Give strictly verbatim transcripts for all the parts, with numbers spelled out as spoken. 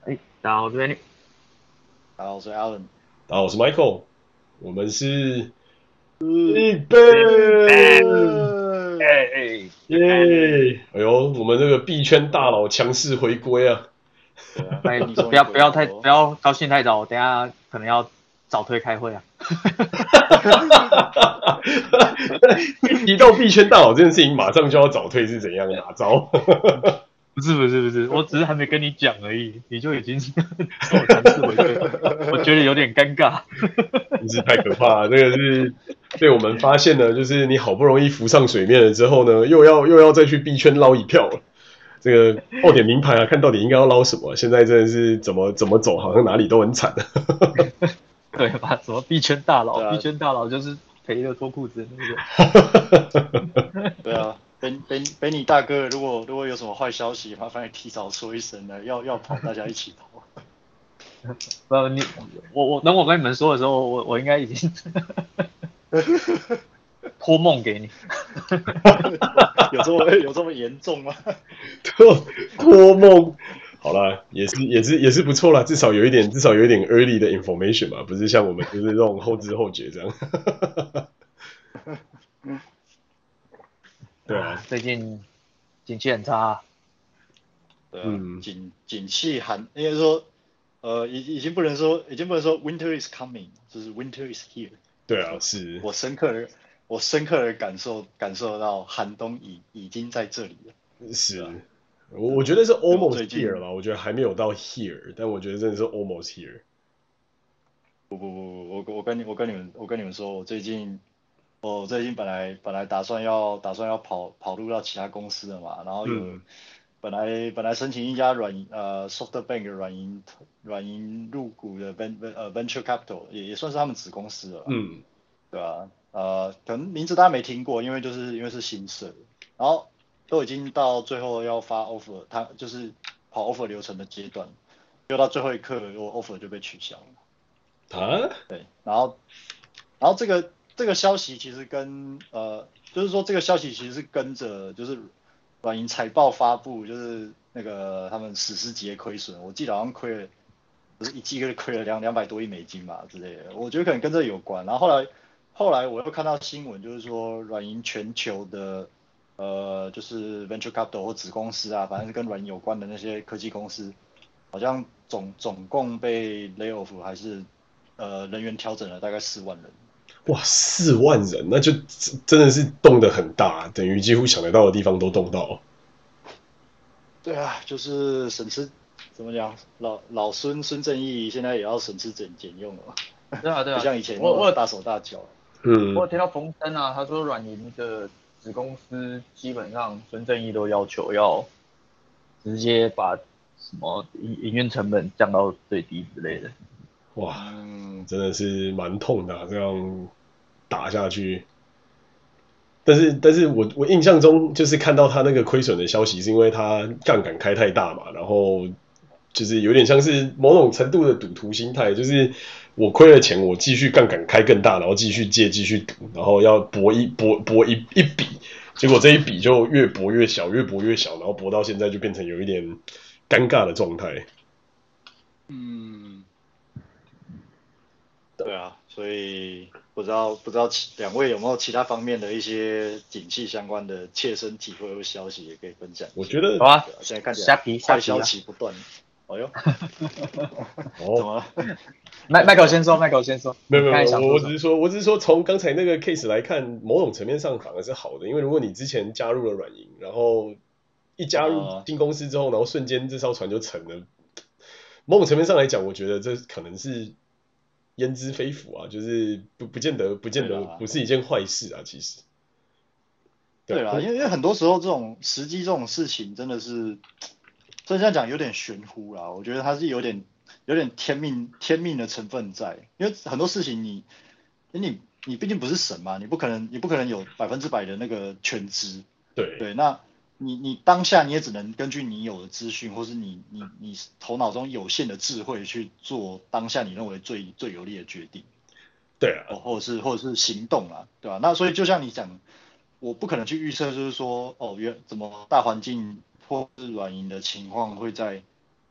哎，大家好，我这边好，我是 Alan。 大家好，我是 Michael，我们是是一一杯， 哎， 耶！哎呦，我们这个币圈大佬强势回归啊！ 对啊， 哎， 你终于不要不要太不回来喽。 要高兴太早，等一下可能要早退开会啊。 一提到币圈大佬这件事情，马上就要早退是怎样？哪招？ 不是不是不是，我只是还没跟你讲而已，你就已经说我强势回归，我觉得有点尴尬。 真是太可怕了，这个是被我们发现了，就是你好不容易浮上水面了之后呢，又要又要再去币圈捞一票了。这个报点名牌啊，看到底应该要捞什么？现在真的是怎么怎么走，好像哪里都很惨。 对吧？什么币圈大佬， 对啊， 币圈大佬就是赔的脱裤子的那个。 对啊，Ben Ben Benny 大哥，如果如果有什么坏消息，麻烦你提早说一声呢，要要跑，大家一起跑。 不，你我我等我跟你们说的时候，我我应该已经托梦给你。 有这么有这么严重吗？ 托托梦，好啦，也是也是也是不错啦，至少有一点至少有一点 early 的 information 嘛，不是像我们就是这种后知后觉这样。对啊， 最近景气很差啊。 对啊， 嗯， 景景气寒，应该说，呃，已已经不能说，已经不能说 winter is coming，就是 winter is here。 对啊，是我深刻的我深刻的感受感受到寒冬已已经在这里了，对吧？ 是，我我觉得是因为我 almost 最 here 近吧，我觉得还没有到 here，但我觉得真的是 almost here。 不不不，我我跟你我跟你们我跟你们说，我最近我最近本来本来打算要打算要跑跑路到其他公司的嘛，然后有嗯本来本来申请一家软呃 SoftBank 软银软银入股的 ven 呃 Venture Capital 也也算是他们子公司了吧， 嗯， 对吧？呃，可能名字大家没听过，因为就是因为是新设的，然后都已经到最后要发 offer，他就是跑 offer 流程的阶段，就到最后一刻，我 offer 就被取消了。 啊， 对，然后然后这个这个消息其实跟呃，就是说这个消息其实是跟着就是软银财报发布，就是那个他们史诗级的亏损，我记得好像亏了，不是一季个亏了两两百多亿美金嘛之类的，我觉得可能跟这有关。然后后来后来我又看到新闻，就是说软银全球的呃就是 venture capital 或子公司啊，反正是跟软银有关的那些科技公司，好像总总共被 lay off 还是呃人员调整了大概四万人。 哇，四万人，那就真的是动得很大，等于几乎想得到的地方都动到。 对啊，就是省吃怎么讲，老老孙孙正义现在也要省吃俭俭用了嘛， 对啊对啊， 不像以前那我我有么大手大脚。 嗯， 我有听到风声啊，他说软银的子公司基本上孙正义都要求要直接把什么营营运成本降到最低之类的。 哇， 嗯， 真的是蛮痛的、啊，这样打下去。但是，但是我我印象中就是看到他那个亏损的消息，是因为他杠杆开太大嘛，然后就是有点像是某种程度的赌徒心态，就是我亏了钱，我继续杠杆开更大，然后继续借，继续赌，然后要搏一搏搏一一笔，结果这一笔就越搏越小，越搏越小，然后搏到现在就变成有一点尴尬的状态。 嗯，对啊，所以不知道不知道其两位有没有其他方面的一些景气相关的切身体会或消息也可以分享一下。 我觉得好啊， 对啊，现在看起来虾皮虾坏消皮啊。 息不断。哎呦，怎哦， 么了？ 麦麦克先说，麦克先说，你刚才没有没有没有， 想说什么？ 我我只是说，我只是说，从刚才那个 case 来看，某种层面上反而是好的，因为如果你之前加入了软银，然后一加入啊、 新公司之后，然后瞬间这艘船就沉了，某种层面上来讲，我觉得这可能是焉知非福啊，就是不不见得不见得对啦， 不是一件坏事啊，其实，对啊， 对啦，因为因为很多时候这种时机这种事情真的是，所以这样讲有点玄乎啦。我觉得它是有点有点天命天命的成分在，因为很多事情你，因为你你毕竟不是神嘛，你不可能你不可能有百分之百的那个全知， 对对，那你你当下你也只能根据你有的资讯，或是你你你头脑中有限的智慧去做当下你认为最最有利的决定。 对啊， 哦，或者是或者是行动啊，对吧？那所以就像你讲，我不可能去预测，就是说，哦，原怎么大环境或是软银的情况会在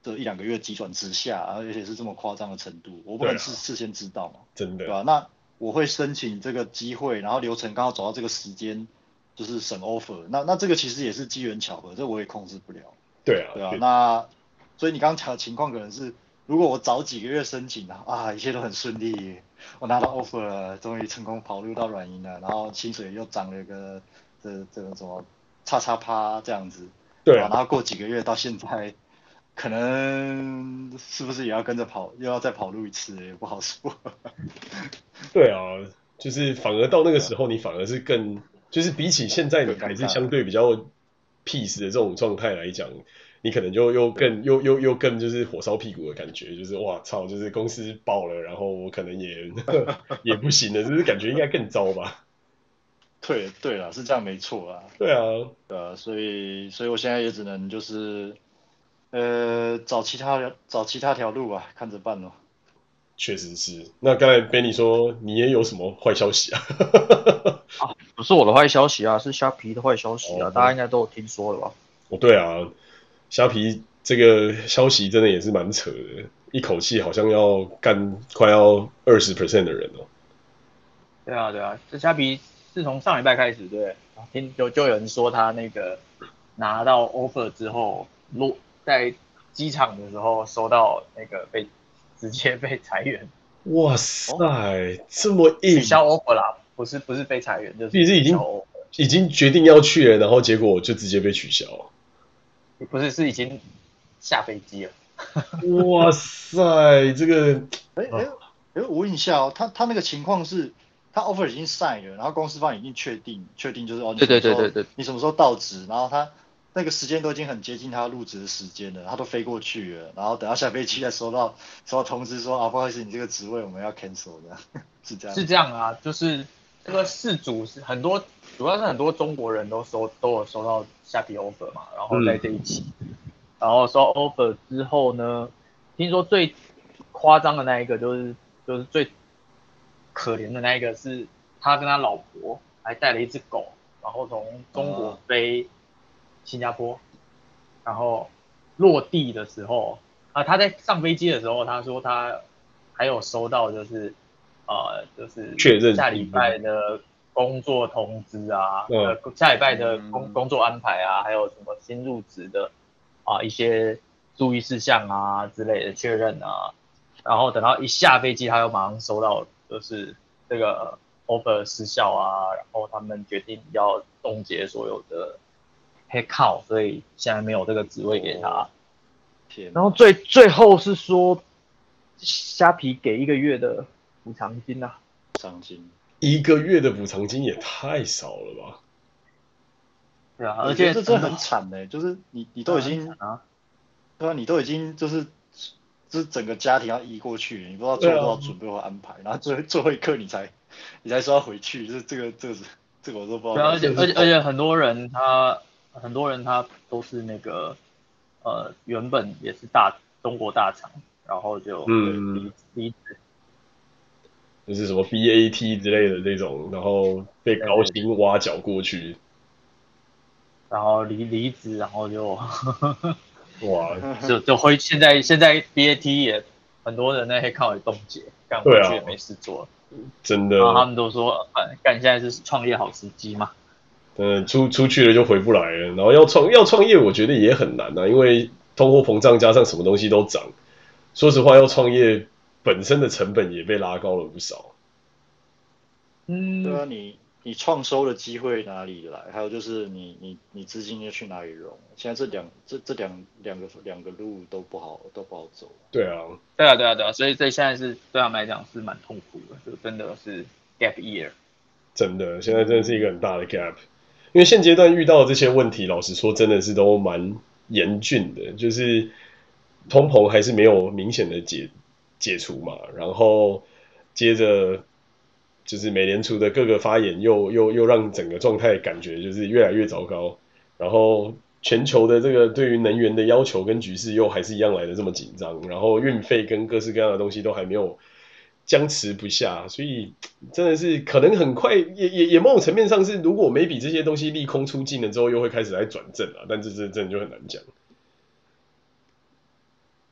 这一两个月急转直下，而且是这么夸张的程度，我不能事事先知道嘛， 真的， 对吧？那我会申请这个机会，然后流程刚好走到这个时间，就是审 offer，那那这个其实也是机缘巧合，这我也控制不了， 对啊， 对啊，那所以你刚刚讲的情况可能是，如果我早几个月申请啊，啊，一切都很顺利，我拿到 offer 了，终于成功跑入到软银了，然后薪水又涨了个这这个什么叉叉趴这样子， 对啊， 然后过几个月到现在，可能是不是也要跟着跑，又要再跑路一次，也不好说。 对啊，就是反而到那个时候，你反而是更，就是比起现在你还是相对比较 peace 的这种状态来讲，你可能就又更又又又更就是火烧屁股的感觉，就是哇操，就是公司爆了，然后我可能也也不行了，就是感觉应该更糟吧。 对对了，是这样没错啊。 对啊， 对啊，所以所以我现在也只能就是呃找其他找其他条路啊，看着办咯。 确实是。那刚才 Benny 说你也有什么坏消息啊？ 啊，不是我的坏消息啊，是虾皮的坏消息啊， 哦、 大家应该都有听说了吧？ 哦，对啊，虾皮这个消息真的也是蛮扯的，一口气好像要干快要二十 percent 的人哦。 对啊，对啊，这虾皮是从上礼拜开始，对不对？听就就有人说他那个拿到 offer 之后，落在机场的时候收到那个被直接被裁员。 哇塞，哦、这么硬！ 取消 offer 啦，不是不是被裁员，就是已经已经决定要去了，然后结果就直接被取消。 不是，是已经下飞机了。 哇塞，这个， 哎哎哎，我问一下哦，他他那个情况是，他 offer 已经 sign 了，然后公司方已经确定确定就是哦， 对对对对对， 你什么时候到职，然后他那个时间都已经很接近他入职的时间了，他都飞过去了，然后等到下飞机再收到收到通知说啊，不好意思，你这个职位我们要 cancel 的，是这样。 是这样啊，就是这个事主是很多，主要是很多中国人都收都有收到虾皮 offer 嘛，然后在这一期，嗯、然后收 offer 之后呢，听说最夸张的那一个就是就是最可怜的那一个是他跟他老婆还带了一只狗，然后从中国飞新加坡，然后落地的时候啊，他在上飞机的时候，他说他还有收到就是呃就是确认下礼拜的工作通知啊， 嗯、 呃下礼拜的工工作安排啊，还有什么新入职的啊一些注意事项啊之类的确认啊，然后等到一下飞机，他又马上收到就是这个 offer 失效啊，然后他们决定要冻结所有的 headcount， 所以现在没有这个职位给他。哦、然后最最后是说，虾皮给一个月的补偿金啊， 补偿金一个月的补偿金也太少了吧？ 对啊，而且这这很惨的、欸，就是你你都已经啊， 对啊，你都已经就是就是整个家庭要移过去，你不知道做多少准备或安排，啊、然后最最后一刻你才你才说要回去，就是这个这个这个我都不知道。 对、啊，而且而且而且很多人他很多人他都是那个呃原本也是大中国大厂，然后就离离职， 就是什么 B A T 之类的这种，然后被高薪挖角过去， 然后离离职，然后就哇， 就就会现在现在 B A T 也很多人那黑靠也冻结，干回去也没事做， 真的。 然后他们都说，干现在是创业好时机嘛。 嗯，出出去了就回不来了，然后要创要创业，我觉得也很难啊，因为通货膨胀加上什么东西都涨，说实话，要创业本身的成本也被拉高了不少。 嗯，对啊，你你创收的机会哪里来？还有就是你你你资金要去哪里融？现在这两这这两两个两个路都不好都不好走。 对啊， 对啊，对啊，对啊，所以这现在是对他们来讲是蛮痛苦的，就真的是 gap year。 真的，现在真的是一个很大的 gap。因为现阶段遇到的这些问题，老实说，真的是都蛮严峻的，就是通膨还是没有明显的解解除嘛，然后接着就是美联储的各个发言又又又让整个状态感觉就是越来越糟糕，然后全球的这个对于能源的要求跟局势又还是一样来的这么紧张，然后运费跟各式各样的东西都还没有僵持不下，所以真的是可能很快，也也也某种层面上是，如果每笔这些东西利空出尽了之后，又会开始来转正啊，但这这真的就很难讲。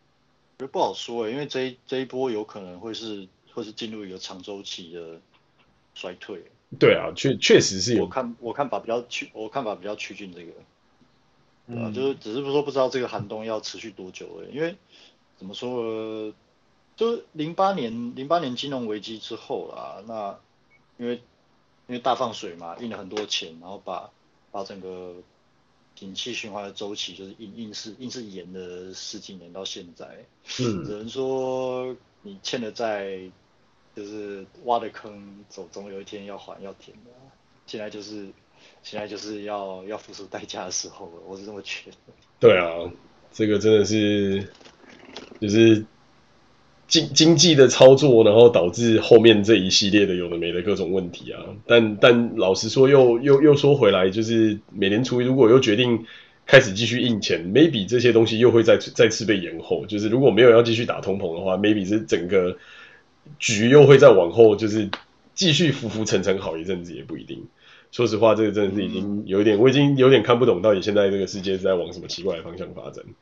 觉得不好说诶，因为这一这一波有可能会是会是进入一个长周期的衰退。 对啊，确确实是有。 我看我看法比较趋，我看法比较趋近这个，对吧、啊？ 嗯， 就是只是说不知道这个寒冬要持续多久而已，因为怎么说呢？就是零八年零八年金融危机之后啦，那因为因为大放水嘛，印了很多钱，然后把把整个景气循环的周期就是硬硬是硬是延了十几年到现在， 嗯， 只能说你欠的债就是挖的坑，总总有一天要还要填的。现在就是现在就是要要付出代价的时候了，我是这么觉得。 对啊，这个真的是就是经经济的操作，然后导致后面这一系列的有的没的各种问题啊。但但老实说又，又又说回来，就是美联储如果又决定开始继续印钱 ，maybe 这些东西又会再再次被延后。就是如果没有要继续打通膨的话 ，maybe 是整个局又会再往后，就是继续浮浮沉沉好一阵子也不一定。说实话，这个真的是已经有一点，我已经有点看不懂，到底现在这个世界是在往什么奇怪的方向发展。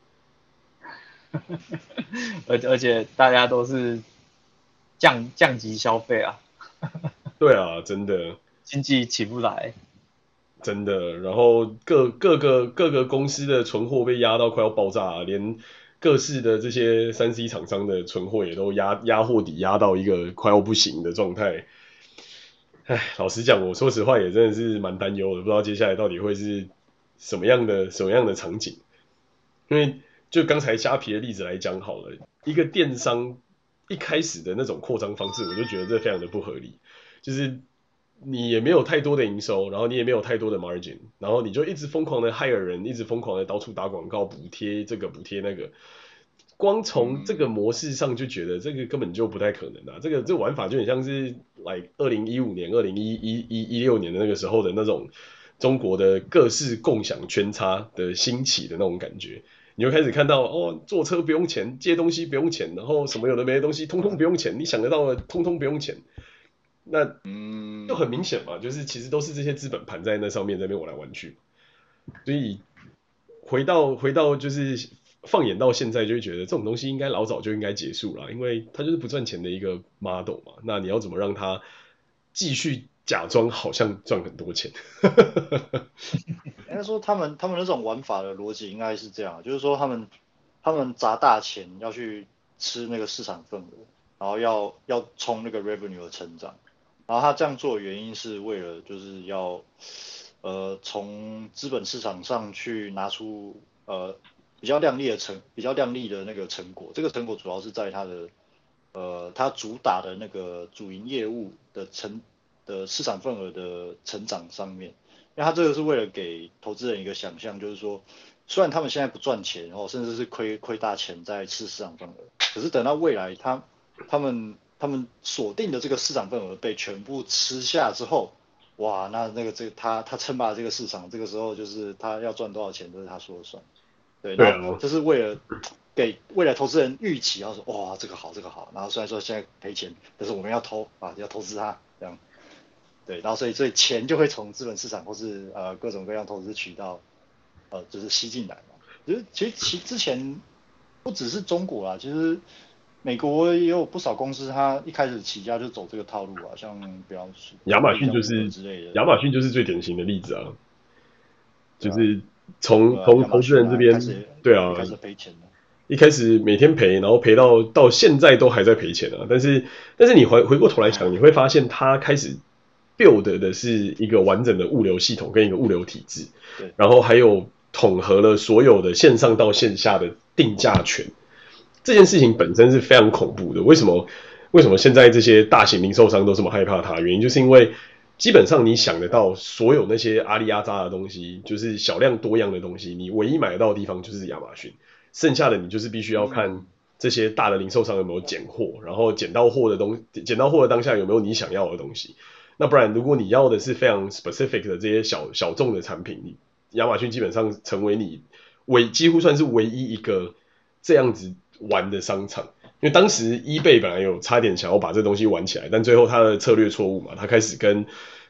而而且大家都是降降级消费啊。 对啊，真的。 经济起不来。 真的，然后各各个各个公司的存货被压到快要爆炸、啊，连各式的这些三 C 厂商的存货也都压压货底压到一个快要不行的状态。唉，老实讲，我说实话也真的是蛮担忧的，不知道接下来到底会是什么样的什么样的场景。因为就刚才虾皮的例子来讲好了，一个电商一开始的那种扩张方式，我就觉得这非常的不合理，就是你也没有太多的营收，然后你也没有太多的 margin， 然后你就一直疯狂的 hire 人，一直疯狂的到处打广告，补贴这个补贴那个。光从这个模式上就觉得这个根本就不太可能啊！这个这玩法就很像是来二零一五年、二零一一一一六年的那个时候的那种中国的各式共享圈差的兴起的那种感觉。你会开始看到哦，坐车不用钱，借东西不用钱，然后什么有的没的东西通通不用钱，你想得到的通通不用钱。那嗯， 就很明显嘛，就是其实都是这些资本盘在那上面在那边玩来玩去。所以回到回到就是放眼到现在，就会觉得这种东西应该老早就应该结束了，因为它就是不赚钱的一个 model 嘛。那你要怎么让它继续假装好像赚很多钱？ 应该说他们他们那种玩法的逻辑应该是这样，就是说他们他们砸大钱要去吃那个市场份额，然后要要冲那个 revenue 的成长，然后他这样做的原因是为了就是要呃从资本市场上去拿出呃比较亮丽的成比较亮丽的那个成果，这个成果主要是在它的呃它主打的那个主营业务的成的市场份额的成长上面，因为它这个是为了给投资人一个想象，就是说虽然他们现在不赚钱，然后甚至是亏亏大钱在吃市场份额，可是等到未来他他们他们锁定的这个市场份额被全部吃下之后，哇，那那个这个他他称霸这个市场，这个时候就是他要赚多少钱都是他说了算。对，然后就是为了给未来投资人预期，要说哇这个好这个好，然后虽然说现在赔钱，但是我们要投啊要投资它这样。对，然后所以所以钱就会从资本市场或是呃各种各样投资渠道呃就是吸进来嘛。就是其实其之前不只是中国啦，其实美国也有不少公司，它一开始起家就走这个套路啊，像比方说亚马逊就是之类的， 亚马逊就是最典型的例子啊，就啊、 是从、 啊、 从投资人这边，对啊， 一开始赔钱的。 一开始每天赔，然后赔到到现在都还在赔钱啊。但是但是你回回过头来想，你会发现它开始 build 的是一个完整的物流系统跟一个物流体制，然后还有统合了所有的线上到线下的定价权。这件事情本身是非常恐怖的。为什么？为什么现在这些大型零售商都这么害怕它？原因就是因为基本上你想得到所有那些阿里阿扎的东西，就是小量多样的东西，你唯一买得到的地方就是亚马逊。剩下的你就是必须要看这些大的零售商有没有拣货，然后捡到货的东捡到货的当下有没有你想要的东西。那不然如果你要的是非常 specific 的这些小小众的产品，你亚马逊基本上成为你唯几乎算是唯一一个这样子玩的商场。因为当时 eBay 本来有差点想要把这东西玩起来，但最后他的策略错误嘛，他开始跟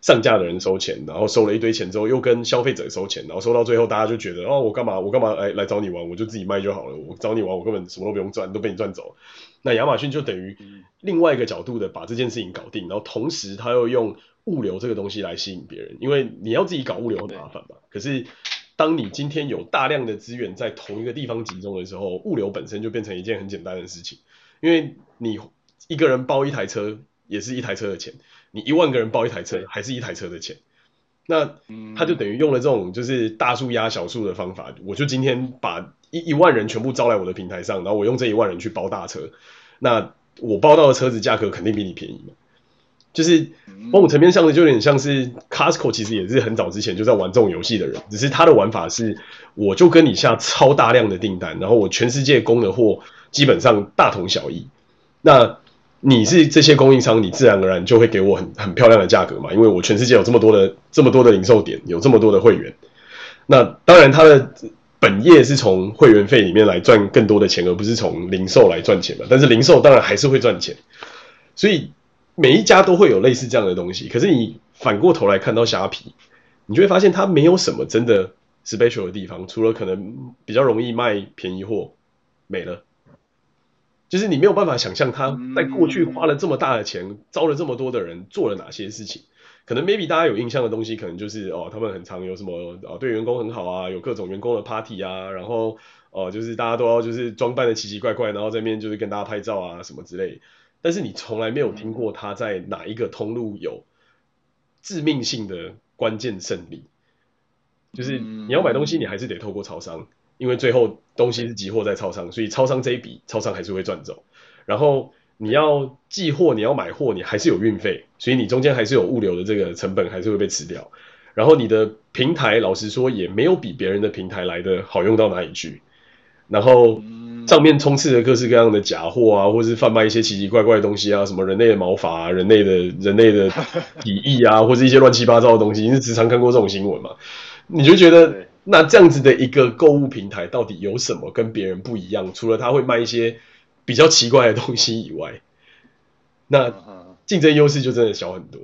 上架的人收钱，然后收了一堆钱之后又跟消费者收钱，然后收到最后大家就觉得哦我干嘛我干嘛来来找你玩，我就自己卖就好了，我找你玩我根本什么都不用赚，都被你赚走。那亚马逊就等于另外一个角度的把这件事情搞定，然后同时他又用物流这个东西来吸引别人，因为你要自己搞物流很麻烦嘛，可是当你今天有大量的资源在同一个地方集中的时候，物流本身就变成一件很简单的事情，因为你一个人包一台车也是一台车的钱，你一万个人包一台车还是一台车的钱，那他就等于用了这种就是大数压小数的方法，我就今天把一一万人全部招来我的平台上，然后我用这一万人去包大车，那我包到的车子价格肯定比你便宜嘛。就是某种层面上的就有点像是 Costco 其实也是很早之前就在玩这种游戏的人，只是他的玩法是我就跟你下超大量的订单，然后我全世界供的货基本上大同小异，那你是这些供应商，你自然而然就会给我很很漂亮的价格嘛，因为我全世界有这么多的这么多的零售点，有这么多的会员，那当然他的本业是从会员费里面来赚更多的钱，而不是从零售来赚钱嘛，但是零售当然还是会赚钱，所以每一家都会有类似这样的东西，可是你反过头来看到虾皮，你就会发现它没有什么真的 special 的地方，除了可能比较容易卖便宜货没了，就是你没有办法想象他在过去花了这么大的钱，招了这么多的人，做了哪些事情。可能 maybe 大家有印象的东西，可能就是哦，他们很常有什么哦，对员工很好啊，有各种员工的 party 啊，然后哦，就是大家都要就是装扮的奇奇怪怪，然后在那边就是跟大家拍照啊什么之类的。但是你从来没有听过他在哪一个通路有致命性的关键胜利，就是你要买东西，你还是得透过超商，因为最后东西是集货在超商，所以超商这一笔超商还是会赚走。然后你要寄货，你要买货，你还是有运费，所以你中间还是有物流的这个成本还是会被吃掉。然后你的平台老实说也没有比别人的平台来的好用到哪里去。然后上面充斥着各式各样的假货啊，或是贩卖一些奇奇怪怪的东西啊，什么人类的毛发啊，人类的人类的体液啊，或是一些乱七八糟的东西，你是时常看过这种新闻嘛？你就觉得那这样子的一个购物平台到底有什么跟别人不一样？除了他会卖一些比较奇怪的东西以外，那竞争优势就真的小很多。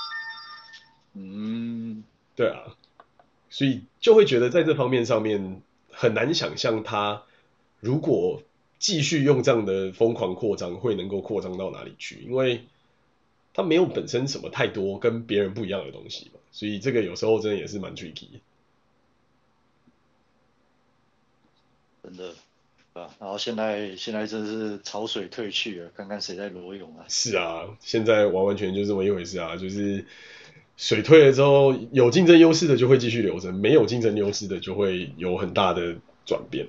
嗯， 对啊，所以就会觉得在这方面上面很难想象他如果继续用这样的疯狂扩张，会能够扩张到哪里去？因为他没有本身什么太多跟别人不一样的东西嘛，所以这个有时候真的也是蛮 tricky 的。 真的，啊，然后现在现在真是潮水退去了，看看谁在裸泳啊。 是啊，现在完完全就这么一回事啊，就是水退了之后，有竞争优势的就会继续留着，没有竞争优势的就会有很大的转变。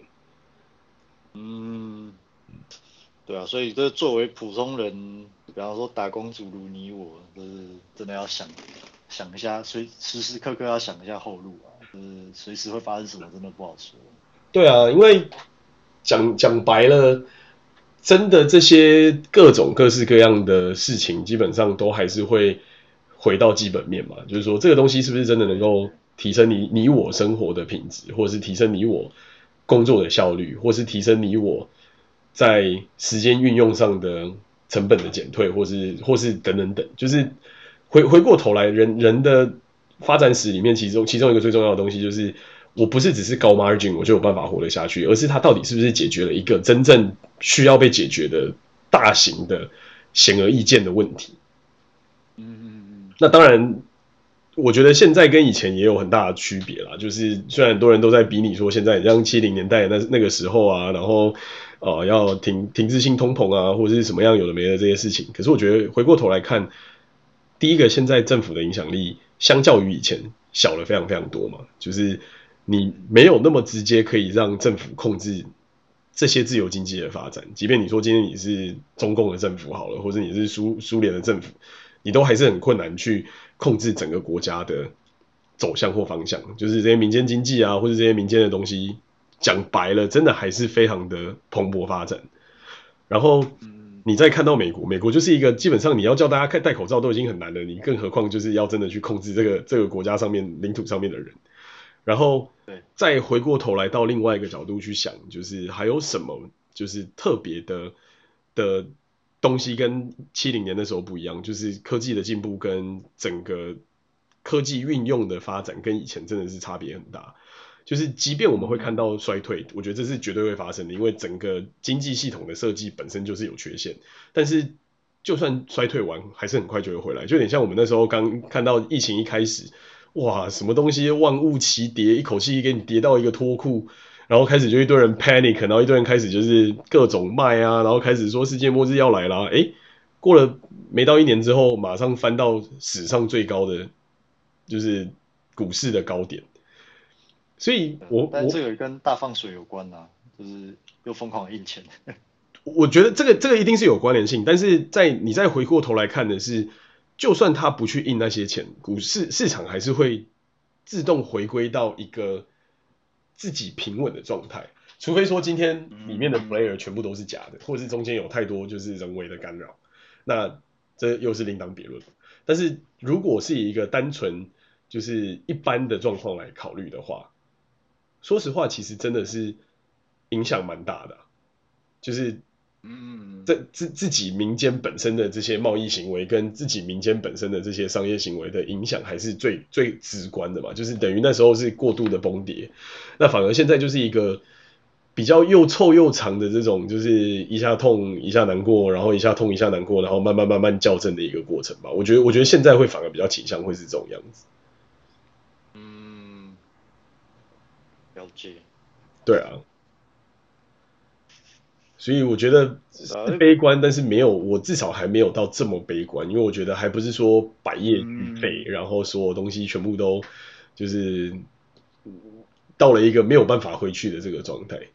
嗯，对啊，所以这作为普通人，比方说打工族如你我，就是真的要想想一下，随时时刻刻要想一下后路啊，就是随时会发生什么，真的不好说。 对啊，因为讲讲白了，真的这些各种各式各样的事情，基本上都还是会回到基本面嘛，就是说这个东西是不是真的能够提升你你我生活的品质，或是提升你我工作的效率，或是提升你我在时间运用上的成本的减退，或是或是等等等，就是回回过头来，人人的发展史里面，其中其中一个最重要的东西就是。我不是只是高 margin 我就有办法活得下去，而是它到底是不是解决了一个真正需要被解决的大型的显而易见的问题。 嗯嗯嗯。 那当然，我觉得现在跟以前也有很大的区别啦。就是虽然很多人都在比你说现在像七零年代那那个时候啊，然后呃要停停滞性通膨啊，或者是什么样有的没的这些事情，可是我觉得回过头来看，第一个现在政府的影响力相较于以前小了非常非常多嘛，就是。你没有那么直接可以让政府控制这些自由经济的发展，即便你说今天你是中共的政府好了，或者你是苏苏联的政府，你都还是很困难去控制整个国家的走向或方向。就是这些民间经济啊，或者这些民间的东西，讲白了，真的还是非常的蓬勃发展。然后你再看到美国，美国就是一个基本上你要叫大家戴口罩都已经很难了，你更何况就是要真的去控制这个这个国家上面领土上面的人。然后再回过头来到另外一个角度去想，就是还有什么就是特别的的东西跟七零年的时候不一样，就是科技的进步跟整个科技运用的发展跟以前真的是差别很大。就是即便我们会看到衰退，我觉得这是绝对会发生的，因为整个经济系统的设计本身就是有缺陷。但是就算衰退完，还是很快就会回来，就有点像我们那时候刚看到疫情一开始，哇，什么东西万物齐跌，一口气给你跌到一个脱裤，然后开始就一堆人 panic， 然后一堆人开始就是各种卖啊，然后开始说世界末日要来啦，诶，过了没到一年之后，马上翻到史上最高的就是股市的高点。所以我， 但这个跟大放水有关啊，就是又疯狂印钱。 我觉得这个这个一定是有关联性，但是在你再回过头来看的是，就算他不去印那些钱，股市市场还是会自动回归到一个自己平稳的状态，除非说今天里面的 player 全部都是假的，或者是中间有太多就是人为的干扰，那这又是另当别论。但是如果是以一个单纯就是一般的状况来考虑的话，说实话，其实真的是影响蛮大的啊，就是嗯， 这自自己民间本身的这些贸易行为，跟自己民间本身的这些商业行为的影响，还是最最直观的嘛。就是等于那时候是过度的崩跌，那反而现在就是一个比较又臭又长的这种，就是一下痛一下难过，然后一下痛一下难过，然后慢慢慢慢校正的一个过程吧。我觉得，我觉得现在会反而比较倾向会是这种样子。 嗯，了解。 对啊。所以我觉得是悲观，但是没有，我至少还没有到这么悲观，因为我觉得还不是说百业俱废，然后所有东西全部都就是到了一个没有办法回去的这个状态。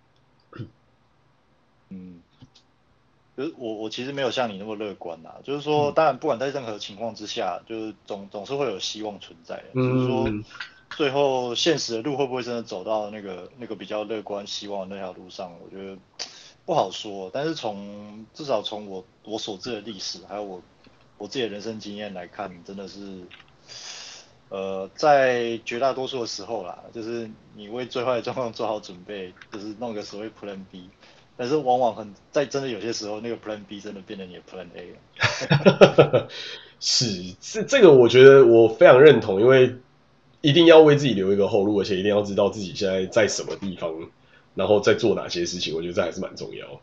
嗯，就是我我其实没有像你那么乐观啦，就是说，当然不管在任何情况之下，就是总总是会有希望存在的，只是说最后现实的路会不会真的走到那个那个比较乐观希望的那条路上，我觉得不好说。但是从至少从我我所知的历史，还有我我自己的人生经验来看，真的是。呃，在绝大多数的时候啦，就是你为最坏的状况做好准备，就是弄个所谓 Plan B，但是往往很在真的有些时候，那个 Plan B 真的变成你的 Plan A 了。是，是这个我觉得我非常认同，因为一定要为自己留一个后路，而且一定要知道自己现在在什么地方，然后在做哪些事情，我觉得这还是蛮重要的。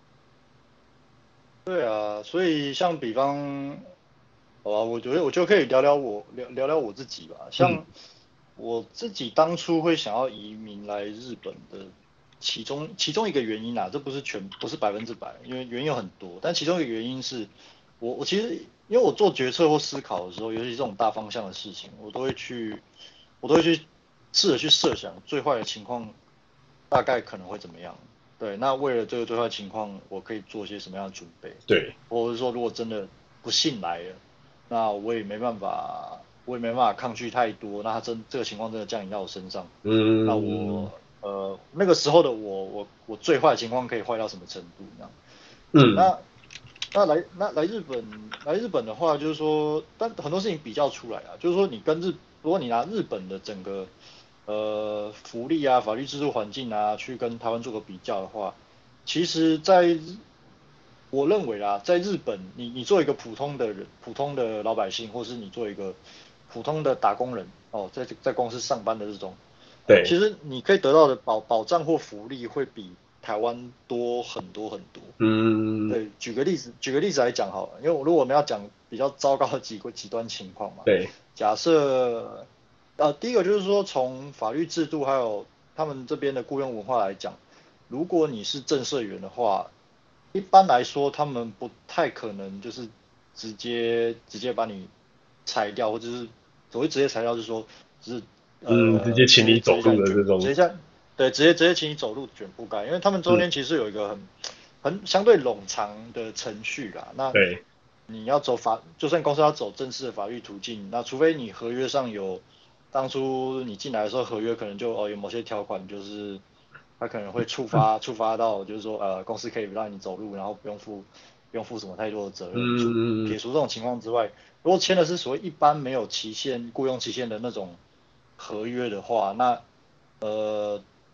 对啊，所以像比方，好吧，我觉得我就可以聊聊我聊聊聊我自己吧。像我自己当初会想要移民来日本的其中其中一个原因啊，这不是全不是百分之百，因为原因有很多，但其中一个原因是我我其实因为我做决策或思考的时候，尤其这种大方向的事情，我都会去我都会去试着去设想最坏的情况大概可能会怎么样。对，那为了这个最坏情况，我可以做些什么样的准备？ 对， 或者说如果真的不幸来了，那我也没办法，我也没办法抗拒太多。那他真这个情况真的降临到我身上， 嗯， 那我呃那个时候的我，我我最坏的情况可以坏到什么程度？这样， 嗯， 那那来那来日本来日本的话，就是说，但很多事情比较出来啊，就是说你跟日，如果你拿日本的整个呃福利啊、法律制度环境啊，去跟台湾做个比较的话，其实在我认为啦，在日本，你你做一个普通的人、普通的老百姓，或是你做一个普通的打工人哦，在在公司上班的这种， 对， 其实你可以得到的保保障或福利会比台湾多很多很多。 嗯， 对，举个例子，举个例子来讲好了，因为如果我们要讲比较糟糕的几个极端情况嘛， 对， 假设呃，第一个就是说从法律制度还有他们这边的雇佣文化来讲，如果你是正社员的话，一般来说他们不太可能就是直接直接把你裁掉，或者是所谓直接裁掉，就是说只是嗯，直接呃请你走路的这种， 直接这样对，直接直接请你走路卷铺盖，因为他们中间其实有一个很、嗯、很相对冗长的程序啦。那对， 你要走法，就算公司要走正式的法律途径，那除非你合约上有，当初你进来的时候合约可能就哦有某些条款，就是它可能会触发触发到，就是说呃公司可以让你走路，然后不用负不用负什么太多的责任。 嗯， 撇除这种情况之外，如果签的是所谓一般没有期限雇佣期限的那种合约的话，那呃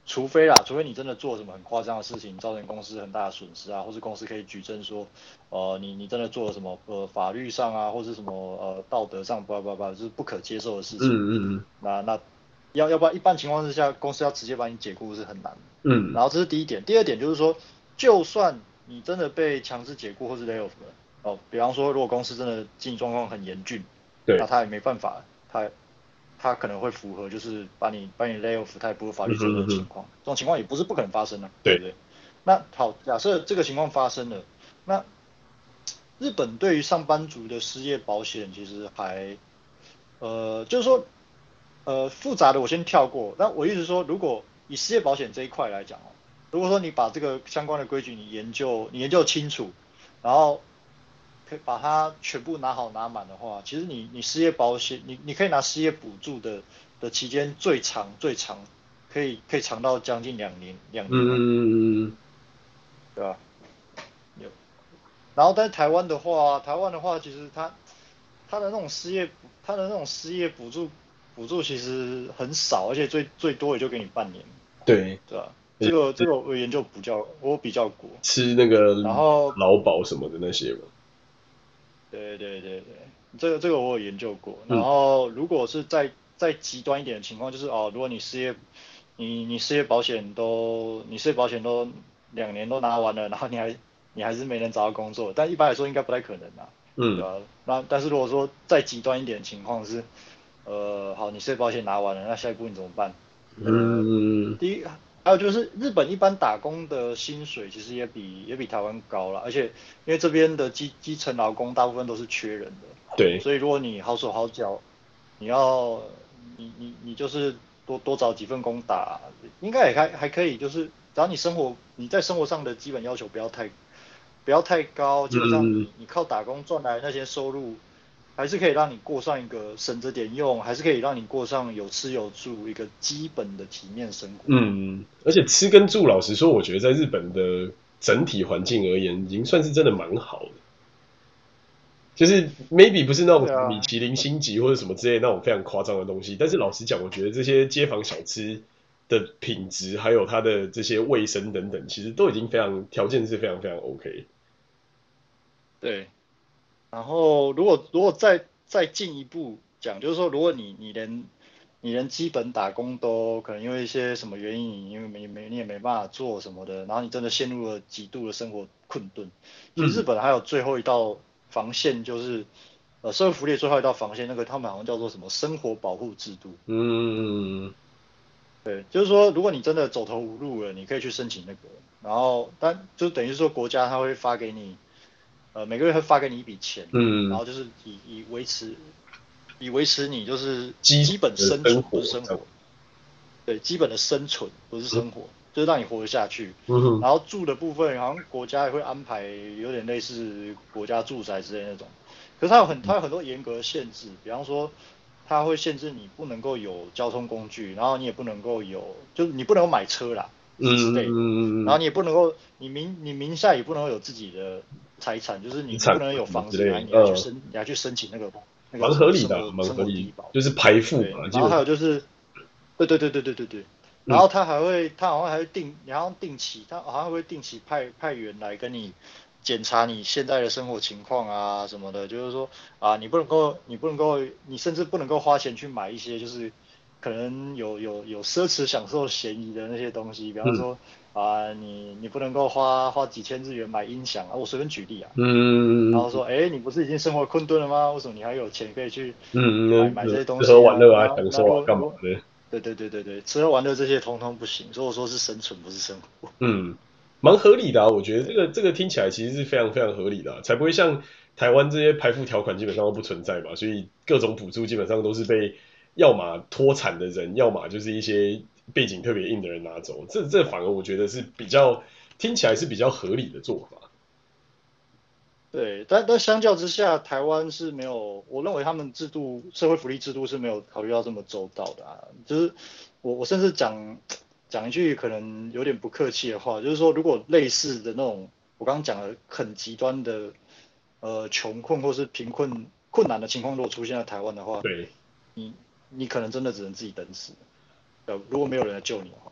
除非啦，除非你真的做什么很夸张的事情，造成公司很大的损失啊，或是公司可以举证说，呃，你你真的做了什么呃法律上啊，或是什么呃道德上叭叭叭，就是不可接受的事情， 嗯嗯嗯， 那那要要不然一般情况之下，公司要直接把你解雇是很难的。 嗯， 然后这是第一点，第二点就是说，就算你真的被强制解雇或是 lay off 了，哦，比方说如果公司真的经营状况很严峻， 对， 那他也没办法，他他可能会符合就是把你把你 lay off，他也不负法律责任的情况，这种情况也不是不可能发生的、啊，对不对？那好，假设这个情况发生了，那日本对于上班族的失业保险其实还，呃，就是说，呃，复杂的我先跳过。那我意思是说，如果以失业保险这一块来讲哦，如果说你把这个相关的规矩你研究你研究清楚，然后可以把它全部拿好拿满的话，其实你你失业保险你你可以拿失业补助的的期间最长最长可以可以长到将近两年两年、啊， 嗯嗯嗯， 对吧？有。然后，但是台湾的话，台湾的话，其实它它的那种失业，它的那种失业补助补助其实很少，而且最最多也就给你半年， 对， 对吧？这个这个我研究比较，我比较过。 吃那个然后， 劳保什么的那些嘛， 对对对对，这个这个我有研究过。然嗯后，如果是再再极端一点的情况，就是哦，如果你失业，你你失业保险都你失业保险都两年都拿完了，然后你还你还是没能找到工作，但一般来说应该不太可能啊，对嗯吧？那但是如果说再极端一点的情况是，呃，好，你失业保险拿完了，那下一步你怎么办？呃， 嗯， 第一，还有就是日本一般打工的薪水其实也比也比台湾高了，而且因为这边的基基层劳工大部分都是缺人的， 对， 所以如果你好手好脚，你要你你你就是多多找几份工打，应该也还还可以，就是只要你生活你在生活上的基本要求不要太不要太高，基本上嗯你你靠打工赚来的那些收入，还是可以让你过上一个省着点用，还是可以让你过上有吃有住一个基本的体面生活。 嗯，而且吃跟住，老实说，我觉得在日本的整体环境而言，已经算是真的蛮好的。就是 maybe 不是那种对啊， 米其林星级或者什么之类那种非常夸张的东西，但是老实讲，我觉得这些街坊小吃的品质，还有它的这些卫生等等，其实都已经非常条件是非常非常 OK。 对。然后如果如果再再进一步讲，就是说，如果你你连你连基本打工都可能因为一些什么原因，你因为没没你也没办法做什么的，然后你真的陷入了极度的生活困顿。其实日嗯本还有最后一道防线，就是呃社会福利的最后一道防线，那个他们好像叫做什么生活保护制度。 嗯对，就是说，如果你真的走投无路了，你可以去申请那个，然后但就等于是说国家他会发给你，呃，每个月会发给你一笔钱，然嗯， 后就是以以维持以维持你就是基基本本的生生存，不活这样， 是生活，对，基本的生存不是生活，就是让你活得下去。 嗯哼， 然后住的部分，好像国家也会安排有点类似国家住宅之类的那种，可是它有很它有很多严格的限制，比方说它会限制你不能够有交通工具，然后你也不能够有，就是你不能够买车啦之类的，然后嗯， 你也不能够你名你名下也不能够有自己的财产，就是你资产你不能有什么房子，然后之类的，嗯， 你还去申你还去申请那个那个蛮什么合理的啊， 生活生蛮合理， 活低保， 就是排富对， 嘛，基然后本上， 还有就是对对对对对对对。然嗯后他还会，他好像还会定，你好像定期，他好像会定期派派员来跟你检查你现在的生活情况啊什么的，就是说啊，你不能够，你不能够，你甚至不能够花钱去买一些就是可能有有有奢侈享受嫌疑的那些东西，比方嗯说啊，你你不能够花花几千日元买音响啊，我随便举例啊，然嗯后说，哎，你不是已经生活困顿了吗？为什么你还有钱可以去嗯嗯， 买买这些东吃喝西啊？ 玩乐啊， 那那享受啊， 如果如果干嘛的？ 对对对对对，吃喝玩乐这些通通不行，所以我说是生存不是生活。 嗯，蛮合理的啊，我觉得这对个这个听起来其实是非常非常合理的啊，才不会像台湾这些排富条款基本上都不存在嘛，所以各种补助基本上都是被要么脱产的人，要么就是一些背景特别硬的人拿走，这这反而我觉得是比较听起来是比较合理的做法。 对，但但相较之下，台湾是没有，我认为他们制度社会福利制度是没有考虑到这么周到的啊。就是我我甚至讲讲一句可能有点不客气的话，就是说如果类似的那种我刚刚讲的很极端的呃穷困或是贫困困难的情况，如果出现在台湾的话， 对， 你你可能真的只能自己等死，呃，如果没有人来救你的话。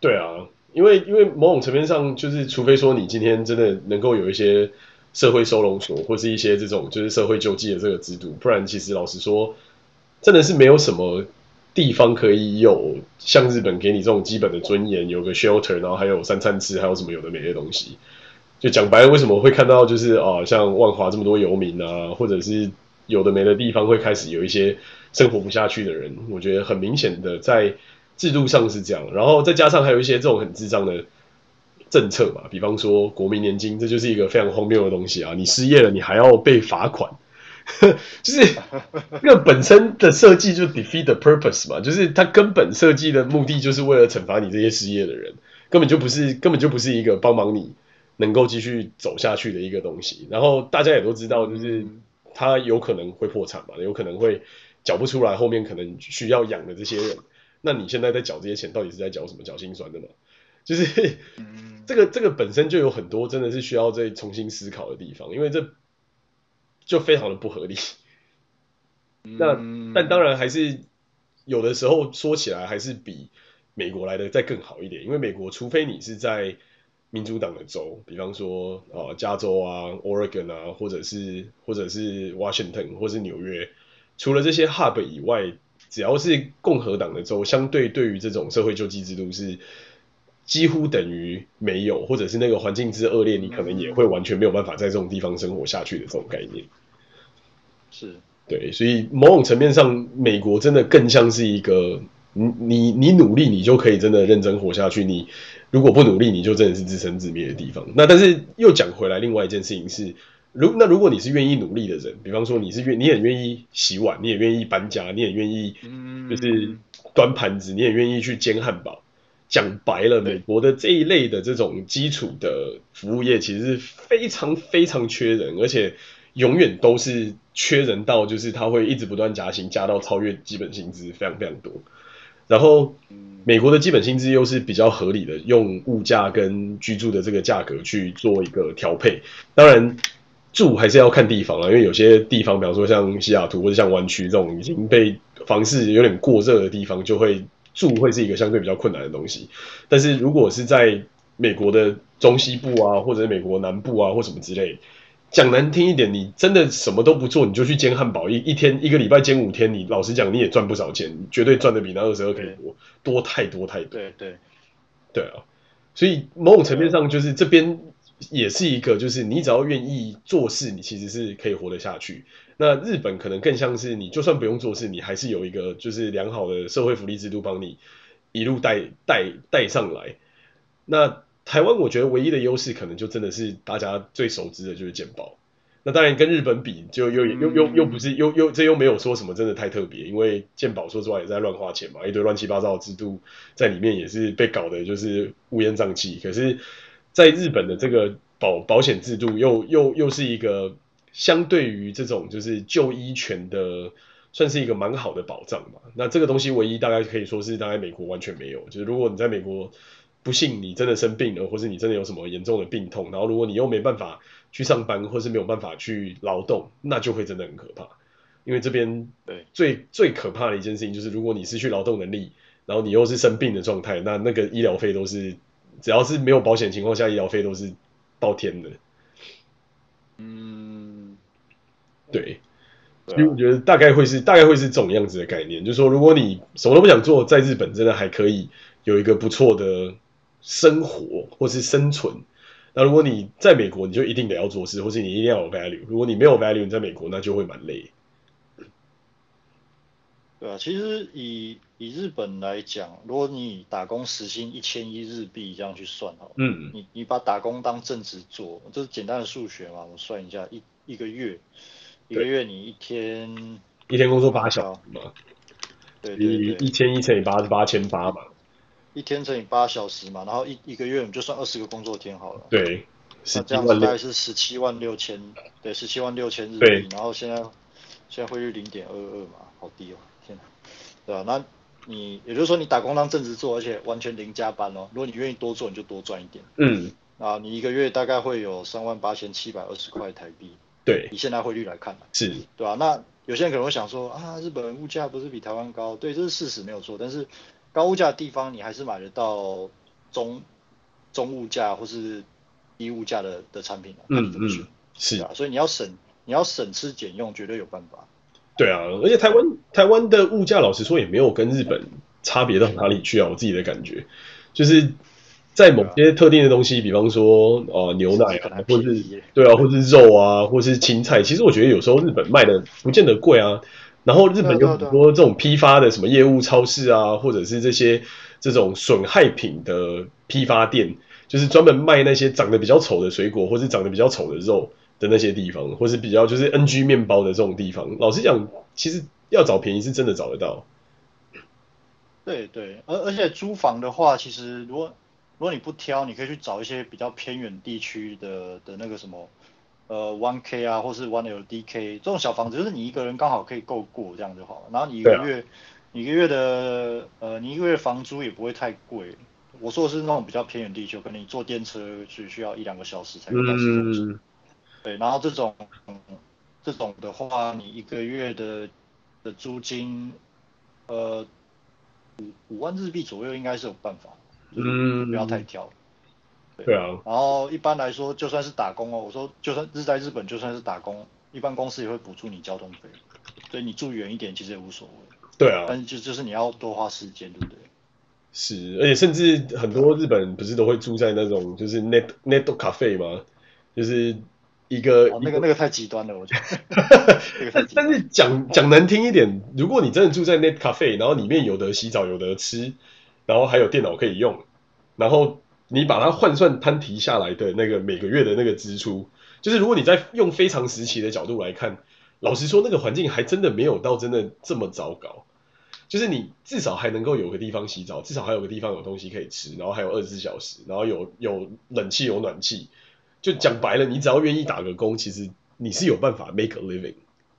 对啊，因为因为某种层面上，就是除非说你今天真的能够有一些社会收容所，或是一些这种就是社会救济的这个制度，不然其实老实说，真的是没有什么地方可以有像日本给你这种基本的尊严，有个 shelter，然后还有三餐吃，还有什么有的没的东西。就讲白了，为什么会看到就是啊，像万华这么多游民啊，或者是有的没的地方会开始有一些生活不下去的人，我觉得很明显的在制度上是这样，然后再加上还有一些这种很智障的政策嘛，比方说国民年金，这就是一个非常荒谬的东西啊！你失业了，你还要被罚款，就是这个本身的设计就 defeat the purpose 嘛，就是它根本设计的目的就是为了惩罚你这些失业的人，根本就不是根本就不是一个帮忙你能够继续走下去的一个东西。然后大家也都知道，就是它有可能会破产嘛，有可能会缴不出来，后面可能需要养的这些人。那你现在在缴这些钱，到底是在缴什么？缴心酸的嘛？就是这个这个本身就有很多真的是需要再重新思考的地方，因为这就非常的不合理。那但当然还是有的时候说起来还是比美国来的再更好一点，因为美国除非你是在民主党的州，比方说啊加州啊、Oregon 啊，或者是或者是 Washington 或是纽约，除了这些 hub 以外，只要是共和党的州，相对对于这种社会救济制度是几乎等于没有，或者是那个环境之恶劣，你可能也会完全没有办法在这种地方生活下去的这种概念。 是。 对，所以某种层面上，美国真的更像是一个，你你你努力，你就可以真的认真活下去。你如果不努力，你就真的是自生自灭的地方。那但是又讲回来，另外一件事情是，如那如果你是愿意努力的人，比方说你是愿你很愿意洗碗，你也愿意搬家，你也愿意就是端盘子，你也愿意去煎汉堡。讲白了，美国的这一类的这种基础的服务业其实是非常非常缺人，而且永远都是缺人到就是他会一直不断加薪，加到超越基本薪资非常非常多。然后美国的基本薪资又是比较合理的，用物价跟居住的这个价格去做一个调配。当然住还是要看地方啦，因为有些地方，比方说像西雅图或者像湾区这种已经被房市有点过热的地方，就会住会是一个相对比较困难的东西。但是如果是在美国的中西部啊，或者美国南部啊，或什么之类，讲难听一点，你真的什么都不做，你就去煎汉堡，一一天一个礼拜煎五天，你老实讲你也赚不少钱，绝对赚的比那二十二 K 多多太多太多。 对对对啊，所以某种层面上就是这边也是一个，就是你只要愿意做事，你其实是可以活得下去。那日本可能更像是你就算不用做事，你还是有一个就是良好的社会福利制度帮你一路带带带上来。那台湾我觉得唯一的优势可能就真的是大家最熟知的就是健保。那当然跟日本比，就又又又又不是又又这又没有说什么真的太特别，因为健保说实话也在乱花钱嘛，一堆乱七八糟的制度在里面也是被搞的就是乌烟瘴气。可是，在日本的这个保保险制度又又又是一个相对于这种就是就医权的，算是一个蛮好的保障嘛。那这个东西唯一大概可以说是大概美国完全没有，就是如果你在美国不幸你真的生病了，或是你真的有什么严重的病痛，然后如果你又没办法去上班，或是没有办法去劳动，那就会真的很可怕。因为这边最最可怕的一件事情就是，如果你失去劳动能力，然后你又是生病的状态，那那个医疗费都是只要是没有保险情况下，医疗费都是爆天的。 嗯， 对。所以我觉得大概会是大概会是这种样子的概念，就是说，如果你什么都不想做，在日本真的还可以有一个不错的生活或是生存。那如果你在美国，你就一定得要做事，或是你一定要有 value。如果你没有 value，你在美国那就会蛮累。 对啊，其实以以日本来讲，如果你打工时薪一千一日币这样去算好， 嗯， 你你把打工当正职做，这是简单的数学嘛，我算一下，一一个月，一个月你一天一天工作八小时嘛， 对对对， 一千一乘以八是八千八嘛， 一天乘以八小时嘛，然后一一个月我们就算二十个工作天好了， 对， 那这样子大概是十七万六千，对，十七万六千日币，然后现在现在汇率零点二二嘛，好低哦。天哪，对吧？那你也就是说你打工当正职做，而且完全零加班哦。如果你愿意多做，你就多赚一点。 嗯， 啊，你一个月大概会有三万八千七百二十块台币。 对， 以现在汇率来看， 是， 对吧？那有些人可能会想说啊，日本物价不是比台湾高？对，这是事实没有错。但是高物价的地方，你还是买得到中中物价或是低物价的的产品啊， 嗯看你怎么选。 嗯，是啊，所以你要省你要省吃俭用，绝对有办法。 对啊，而且台湾台湾的物价，老实说也没有跟日本差别到哪里去啊，我自己的感觉，就是在某些特定的东西，比方说呃牛奶啊，或是对啊，或是肉啊，或是青菜，其实我觉得有时候日本卖的不见得贵啊。然后日本有很多这种批发的什么业务超市啊，或者是这些这种损害品的批发店，就是专门卖那些长得比较丑的水果，或是长得比较丑的肉的那些地方，或是比较就是 N G 面包的这种地方。老实讲，其实要找便宜是真的找得到。 对对，而而且租房的话，其实如果如果你不挑，你可以去找一些比较偏远地区的的那个什么。呃 one K 啊，或是 one L D K 这种小房子，就是你一个人刚好可以够过这样就好了。然后你一个月，啊、你一个月的呃，你一个月房租也不会太贵。我说的是那种比较偏远地区，可能你坐电车只需要一两个小时才可以到市中心。嗯、对，然后这种、嗯、这种的话，你一个月的的租金，呃，五五万日币左右应该是有办法，就是不要太挑。嗯对啊， 然后一般来说，就算是打工哦，我说就算是在日本，就算是打工，一般公司也会补助你交通费，所以你住远一点其实也无所谓。 对啊， 但是就就是你要多花时间，对不对？ 是，而且甚至很多日本人不是都会住在那种就是 net net cafe 吗？就是一个、 哦、那个那个太极端了，我觉得。那个太极端。 但是讲讲难听一点，如果你真的住在 net cafe，然后里面有得洗澡，有得吃，然后还有电脑可以用，然后你把它换算摊提下来的那个每个月的那个支出，就是如果你在用非常时期的角度来看，老实说，那个环境还真的没有到真的这么糟糕。就是你至少还能够有个地方洗澡，至少还有个地方有东西可以吃，然后还有二十四小时，然后有有冷气有暖气。就讲白了，你只要愿意打个工，其实你是有办法 make a living。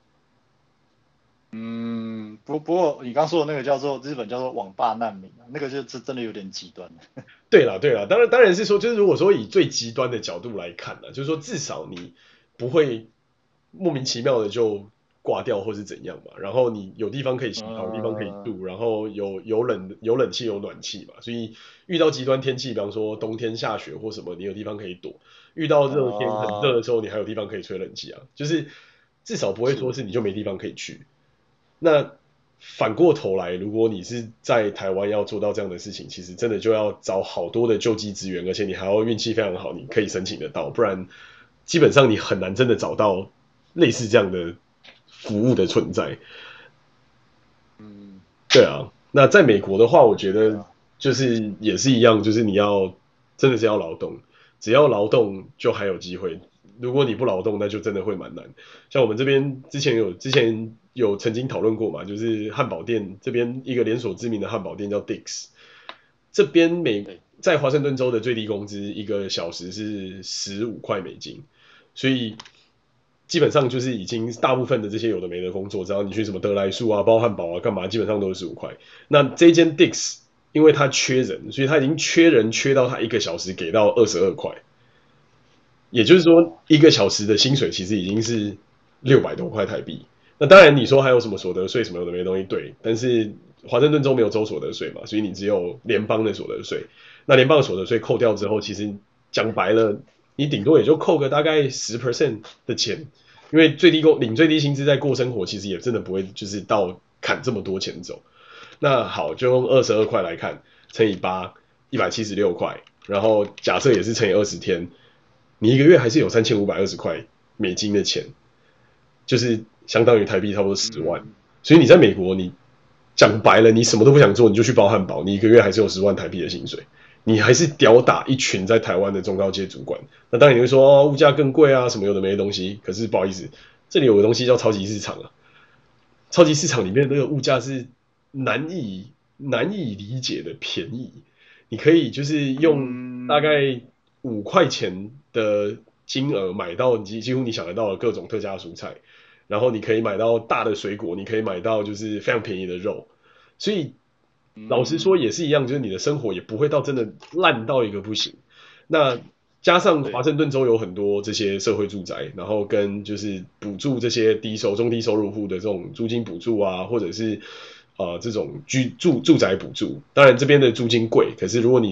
嗯，不不过你刚说的那个叫做日本叫做网霸难民啊，那个就是真的有点极端。 对啦对啦，当然当然是说，就是如果说以最极端的角度来看呢，就是说至少你不会莫名其妙的就挂掉或是怎样嘛，然后你有地方可以洗澡，有地方可以住，然后有有冷有冷气有暖气嘛，所以遇到极端天气，比方说冬天下雪或什么，你有地方可以躲；遇到热天很热的时候，你还有地方可以吹冷气啊，就是至少不会说是你就没地方可以去。那反过头来，如果你是在台湾要做到这样的事情，其实真的就要找好多的救济资源，而且你还要运气非常好，你可以申请得到，不然基本上你很难真的找到类似这样的服务的存在。 嗯， 对啊。那在美国的话，我觉得就是也是一样，就是你要真的是要劳动，只要劳动就还有机会。如果你不劳动，那就真的会蛮难。像我们这边之前有之前有曾经讨论过嘛，就是汉堡店这边一个连锁知名的汉堡店叫 Dick's， 这边每在华盛顿州的最低工资一个小时是十五块美金，所以基本上就是已经大部分的这些有的没的工作，只要你去什么得来速啊、包汉堡啊、干嘛，基本上都是十五块。那这间 Dick's 因为他缺人，所以他已经缺人缺到他一个小时给到二十二块。也就是说，一个小时的薪水其实已经是六百多块台币。那当然，你说还有什么所得税什么有的没东西，对。但是华盛顿州没有州所得税嘛，所以你只有联邦的所得税。那联邦的所得税扣掉之后，其实讲白了，你顶多也就扣个大概 百分之十 的钱，因为最低工领最低薪资在过生活，其实也真的不会就是到砍这么多钱走。那好，就用二十二块来看，乘以八，一百七十六块，然后假设也是乘以二十天。你一个月还是有三千五百二十块美金的钱，就是相当于台币差不多十万。所以你在美国，你讲白了，你什么都不想做，你就去包汉堡，你一个月还是有十万台币的薪水，你还是吊打一群在台湾的中高阶主管。那当然你会说、哦、物价更贵啊，什么有的没的东西。可是不好意思，这里有个东西叫超级市场啊，超级市场里面的那个物价是难以难以理解的便宜。你可以就是用大概五块钱的金额买到几乎你想得到的各种特价蔬菜，然后你可以买到大的水果，你可以买到就是非常便宜的肉，所以老实说也是一样，就是你的生活也不会到真的烂到一个不行。那加上华盛顿州有很多这些社会住宅，然后跟就是补助这些低收中低收入户的这种租金补助啊，或者是呃这种居住住宅补助，当然这边的租金贵，可是如果你是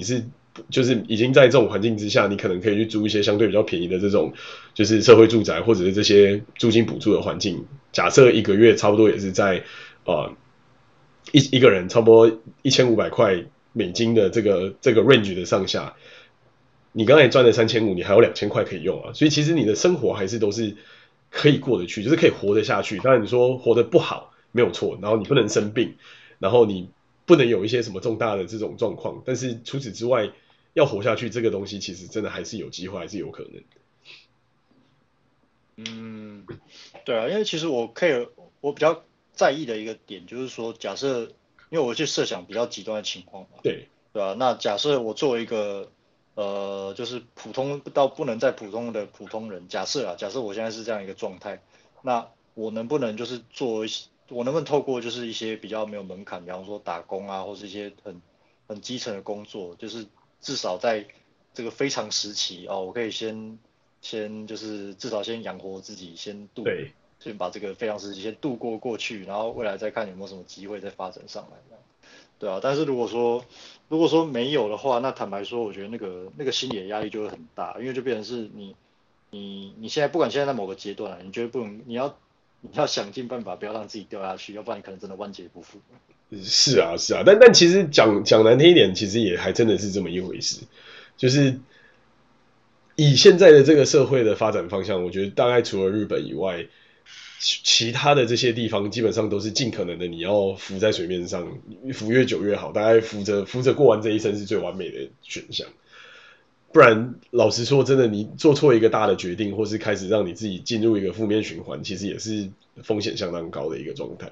就是已经在这种环境之下，你可能可以去租一些相对比较便宜的这种就是社会住宅或者是这些租金补助的环境。假设一个月差不多也是在呃一一个人差不多一千五百块美金的这个这个 range 的上下，你刚才赚了三千五，你还有两千块可以用啊，所以其实你的生活还是都是可以过得去，就是可以活得下去。当然你说活得不好没有错，然后你不能生病，然后你不能有一些什么重大的这种状况，但是除此之外，要活下去这个东西其实真的还是有机会，还是有可能。 嗯，对啊，因为其实我 care 我比较在意的一个点就是说，假设因为我去设想比较极端的情况嘛， 对， 对吧、那假设我作为一个呃，就是普通到不能再普通的普通人，假设啊，假设我现在是这样一个状态，那我能不能就是做一些，我能不能透过就是一些比较没有门槛，比方说打工啊，或是一些很很基层的工作，就是至少在这个非常时期哦，我可以先先就是至少先养活自己，先度对， 先把这个非常时期先度过过去，然后未来再看有没有什么机会再发展上来，这样对啊。但是如果说如果说没有的话，那坦白说，我觉得那个那个心理的压力就会很大，因为就变成是你你你现在不管现在在某个阶段啊，你觉得不能，你要你要想尽办法不要让自己掉下去，要不然你可能真的万劫不复。 是啊是啊，但但其实讲讲难听一点，其实也还真的是这么一回事，就是以现在的这个社会的发展方向，我觉得大概除了日本以外，其其他的这些地方基本上都是尽可能的你要浮在水面上，浮越久越好，大概浮着浮着过完这一生是最完美的选项。不然，老实说，真的，你做错一个大的决定，或是开始让你自己进入一个负面循环，其实也是风险相当高的一个状态。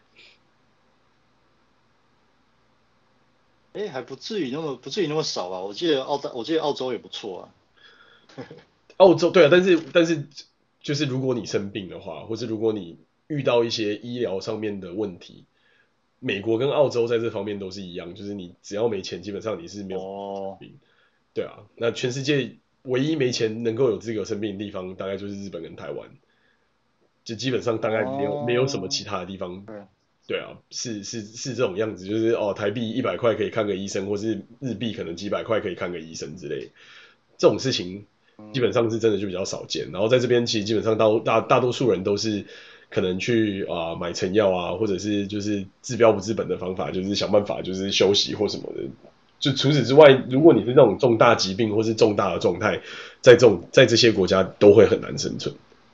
哎，还不至于那么不至于那么少吧？我记得澳大，我记得澳洲也不错啊。 澳洲对啊，但是但是就是如果你生病的话，或是如果你遇到一些医疗上面的问题，美国跟澳洲在这方面都是一样，就是你只要没钱，基本上你是没有哦， 病。对啊，那全世界唯一没钱能够有资格生病的地方，大概就是日本跟台湾，就基本上大概没有没有什么其哦， 他的地方。 对， 对啊，是是是这种样子，就是哦，台币一百块可以看个医生，或是日币可能几百块可以看个医生之类，这种事情基本嗯， 上是真的就比较少见。然后在这边其实基本上大大大多数人都是可能去啊、呃买成药啊，或者是就是治标不治本的方法，就是想办法就是休息或什么的。就除此之外，如果你是那种重大疾病或是重大的状态，在这种在这些国家都会很难生存。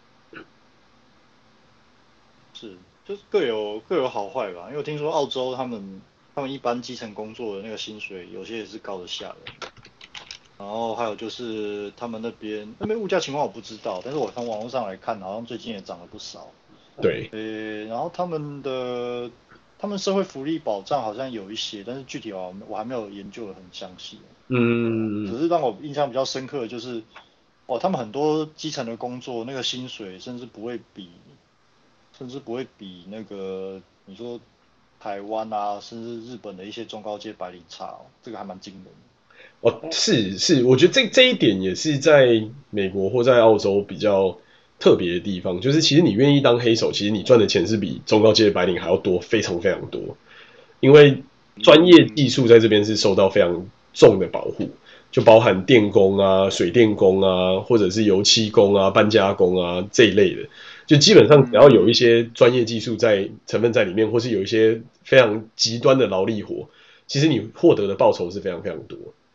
是，就是各有各有好坏吧。因为我听说澳洲他们他们一般基层工作的那个薪水，有些也是高的吓人。然后还有就是他们那边那边物价情况我不知道，但是我从网络上来看，好像最近也涨了不少。 对， 呃，然后他们的他们社会福利保障好像有一些，但是具体我我还没有研究的很详细。对啊，只嗯， 是让我印象比较深刻的就是，哦，他们很多基层的工作，那个薪水甚至不会比，甚至不会比那个你说台湾啊，甚至日本的一些中高阶白领差哦，这个还蛮惊人的。 哦，是是，我觉得这这一点也是在美国或在澳洲比较特别的地方，就是其实你愿意当黑手，其实你赚的钱是比中高阶的白领还要多，非常非常多。因为专业技嗯， 术在这边是受到非常重的保护，就包含电工啊、水电工啊，或者是油漆工啊、搬家工啊这一类的，就基本上只要有一嗯， 些专业技术在成分在里面，或是有一些非常极端的劳力活，其实你获得的报酬是非常非常多。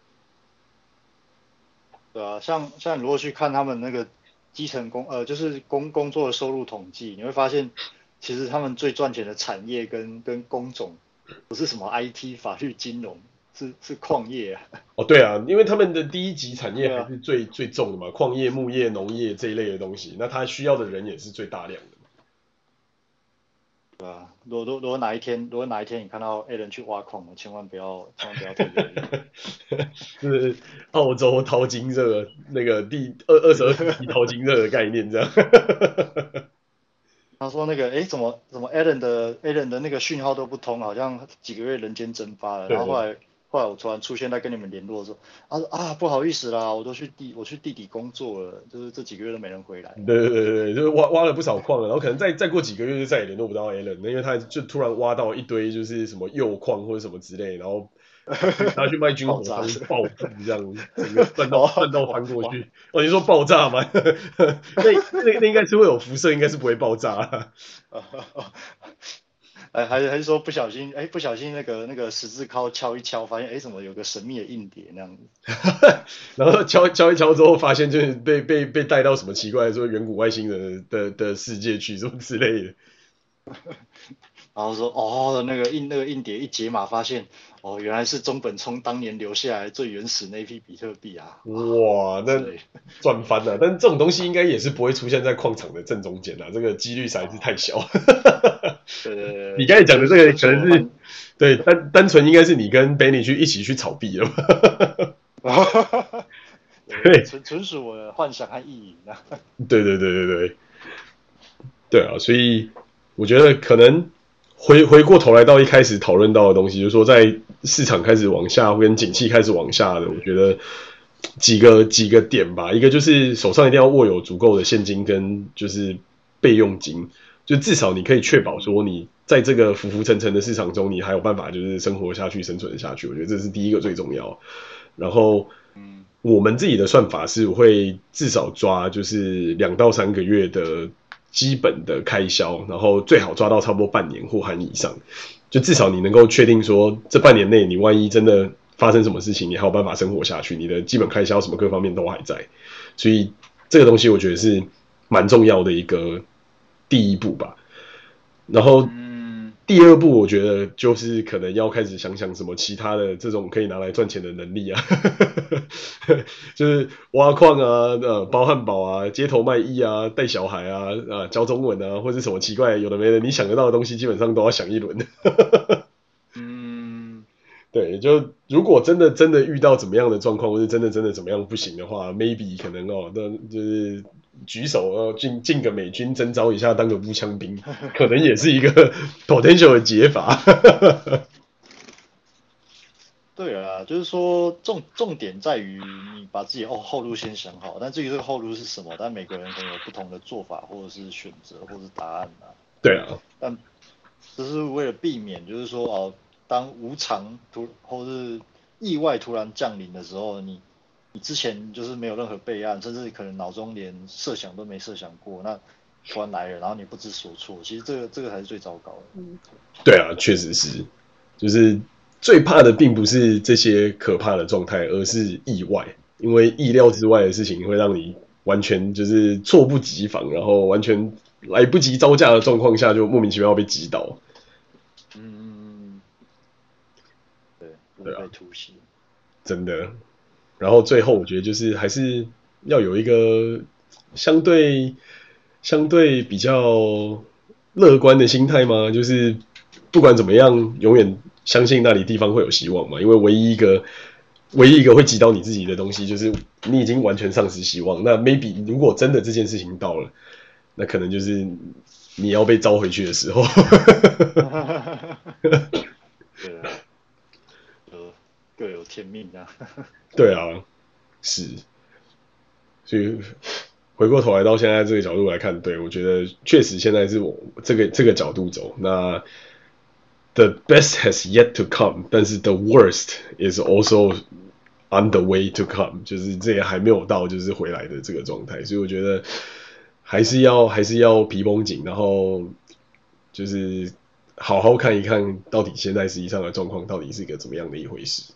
对啊，像像你如果去看他们那个基层工，呃，就是工工作的收入统计，你会发现，其实他们最赚钱的产业跟跟工种不是什么 I T、法律、金融，是是矿业啊。 哦，对啊，因为他们的第一级产业对啊， 还是最最重的嘛，矿业、牧业、农业这一类的东西，那他需要的人也是最大量的。 如果如果如果哪一天，如果哪一天你看到 A 人去挖矿了，千万不要千万不要太犹豫。 是澳洲淘金热那个第二二十二世纪淘金热的概念，这样。 他说那个，哎，怎么怎么 Alan 的 Alan 的那个讯号都不通，好像几个月人间蒸发了。然后后对来后来我突然出现在跟你们联络的时候，他说啊不好意思啦，我都去地我去地底工作了，就是这几个月都没人回来。 对对对对，就是挖挖了不少矿了，然后可能再再过几个月就再也联络不到 Alan，因为他就突然挖到一堆就是什么铀矿或者什么之类，然后拿去卖军火商暴富这样，整个赚到赚到翻过去。哦，你说爆炸吗？那那那应该是会有辐射，应该是不会爆炸啦。 哎，还是还是说不小心，哎，不小心那个那个十字铐敲一敲，发现哎，怎么有个神秘的硬碟那样子？ 然后敲敲一敲之后，发现就是被被被带到什么奇怪的说远古外星人的的的世界去，什么之类的。 然后说哦，那个硬那个硬碟一解码，发现哦，原来是中本聪当年留下来最原始那批比特币啊！ 哇，那赚翻了！但这种东西应该也是不会出现在矿场的正中间啊，这个几率实在是太小。 对对对， 你刚才讲的这个可能是对单单纯应该是你跟 Benny 去一起去炒币了吧？ 对，纯纯属我的幻想和意淫啊！ 对对对对对，对啊，所以我觉得可能回回过头来到一开始讨论到的东西，就是说在市场开始往下跟景气开始往下的，我觉得几个几个点吧，一个就是手上一定要握有足够的现金跟就是备用金，就至少你可以确保说你在这个浮浮沉沉的市场中，你还有办法就是生活下去、生存下去。我觉得这是第一个最重要。然后，我们自己的算法是会至少抓就是两到三个月的基本的开销，然后最好抓到差不多半年或含以上，就至少你能够确定说这半年内你万一真的发生什么事情，你还有办法生活下去，你的基本开销什么各方面都还在。所以这个东西我觉得是蛮重要的一个第一步吧。然后第二步，我觉得就是可能要开始想想什么其他的这种可以拿来赚钱的能力啊，就是挖矿啊、呃包汉堡啊、街头卖艺啊、带小孩啊、啊教中文啊，或者什么奇怪有的没的，你想得到的东西，基本上都要想一轮。嗯，对，就如果真的真的遇到怎么样的状况，或者真的真的怎么样不行的话 ，maybe 可能哦，那就是举手哦，进进个美军征召一下，当个步枪兵，可能也是一个 potential 的解法。 对啊，就是说重重点在于你把自己哦后路先想好，但至于这个后路是什么，但每个人可能有不同的做法，或者是选择，或者是答案啊。 对啊， 但这是为了避免，就是说哦，当无常突或是意外突然降临的时候，你你之前就是没有任何备案，甚至可能脑中连设想都没设想过，那突然来了，然后你不知所措，其实这个这个才是最糟糕的。 对啊，确实是，就是最怕的并不是这些可怕的状态，而是意外，因为意料之外的事情会让你完全就是猝不及防，然后完全来不及招架的状况下，就莫名其妙被击倒。 嗯嗯嗯，对， 对啊， 被突袭， 真的。然后最后我觉得就是还是要有一个相对相对比较乐观的心态嘛，就是不管怎么样，永远相信那里地方会有希望嘛。因为唯一一个唯一一个会击倒你自己的东西，就是你已经完全丧失希望。那 maybe 如果真的这件事情到了，那可能就是你要被招回去的时候。 对啊，就各有天命啊。 对啊，是，所以回过头来到现在这个角度来看，对我觉得确实现在是我这个这个角度走。那 the best has yet to come， 但是 the worst is also on the way to come， 就是这也还没有到就是回来的这个状态，所以我觉得还是要还是要皮绷紧，然后就是好好看一看到底现在实际上的状况到底是一个怎么样的一回事。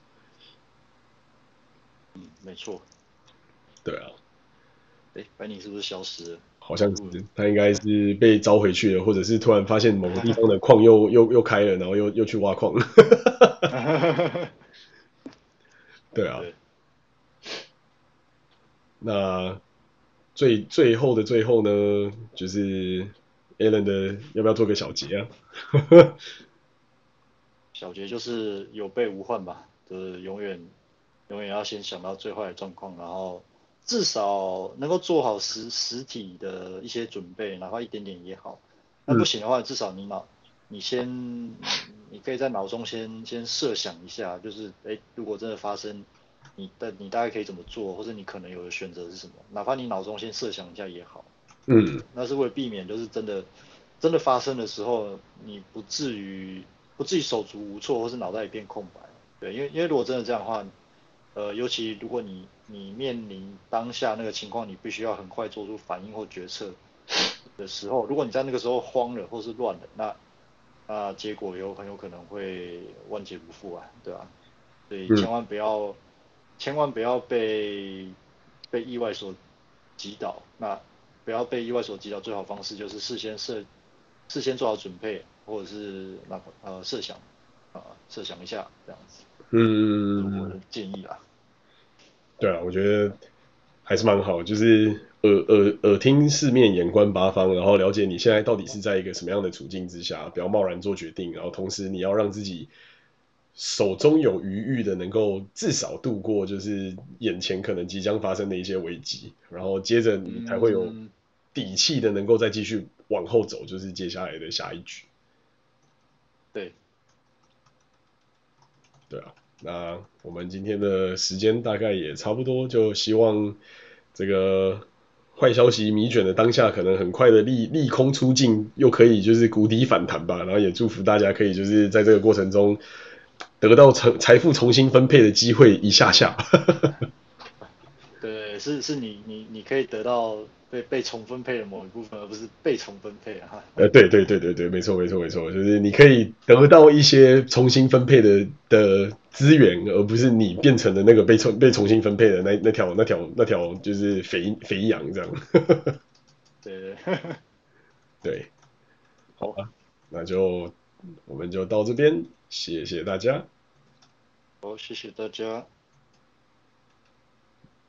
嗯，没错。 对啊。 哎，白尼是不是消失了？ 好像是他应该是被招回去了，或者是突然发现某个地方的矿又又又开了，然后又又去挖矿。对啊。对，那最最后的最后呢，就是 Alan 的要不要做个小结啊？ 小结就是有备无患吧，就是永远永远要先想到最坏的状况，然后至少能够做好实实体的一些准备，哪怕一点点也好。那不行的话，至少你脑你先你可以在脑中先先设想一下，就是哎，如果真的发生，你的你大概可以怎么做，或者你可能有的选择是什么，哪怕你脑中先设想一下也好。嗯，那是为了避免就是真的真的发生的时候，你不至于不至于手足无措，或是脑袋一片空白。 对，因为因为如果真的这样的话，呃，尤其如果你你面临当下那个情况，你必须要很快做出反应或决策的时候，如果你在那个时候慌了或是乱了，那那结果有很有可能会万劫不复啊，对吧、所以千嗯万不要千万不要被被意外所击倒。那不要被意外所击倒，最好方式就是事先设事先做好准备，或者是那个呃设想啊、设想一下这样子，这是我嗯， 的建议啦。 对啊，我觉得还是蛮好，就是耳耳耳听四面，眼观八方，然后了解你现在到底是在一个什么样的处境之下，不要贸然做决定，然后同时你要让自己手中有余裕的，能够至少度过就是眼前可能即将发生的一些危机，然后接着你才会有嗯， 底气的能够再继续往后走，就是接下来的下一局。 对， 对啊，那我们今天的时间大概也差不多，就希望这个坏消息弥卷的当下，可能很快的利利空出尽，又可以就是谷底反弹吧。然后也祝福大家可以就是在这个过程中得到财财富重新分配的机会一下下。 对，是是你你你可以得到被被重分配的某一部分，而不是被重分配啊。 呃，对对对对对，没错没错没错，就是你可以得到一些重新分配的的资源，而不是你变成了那个被重被重新分配的那那条那条那条就是肥肥羊这样。 对对， 对，好好， 吧，那就我们就到这边，谢谢大家。 好，谢谢大家。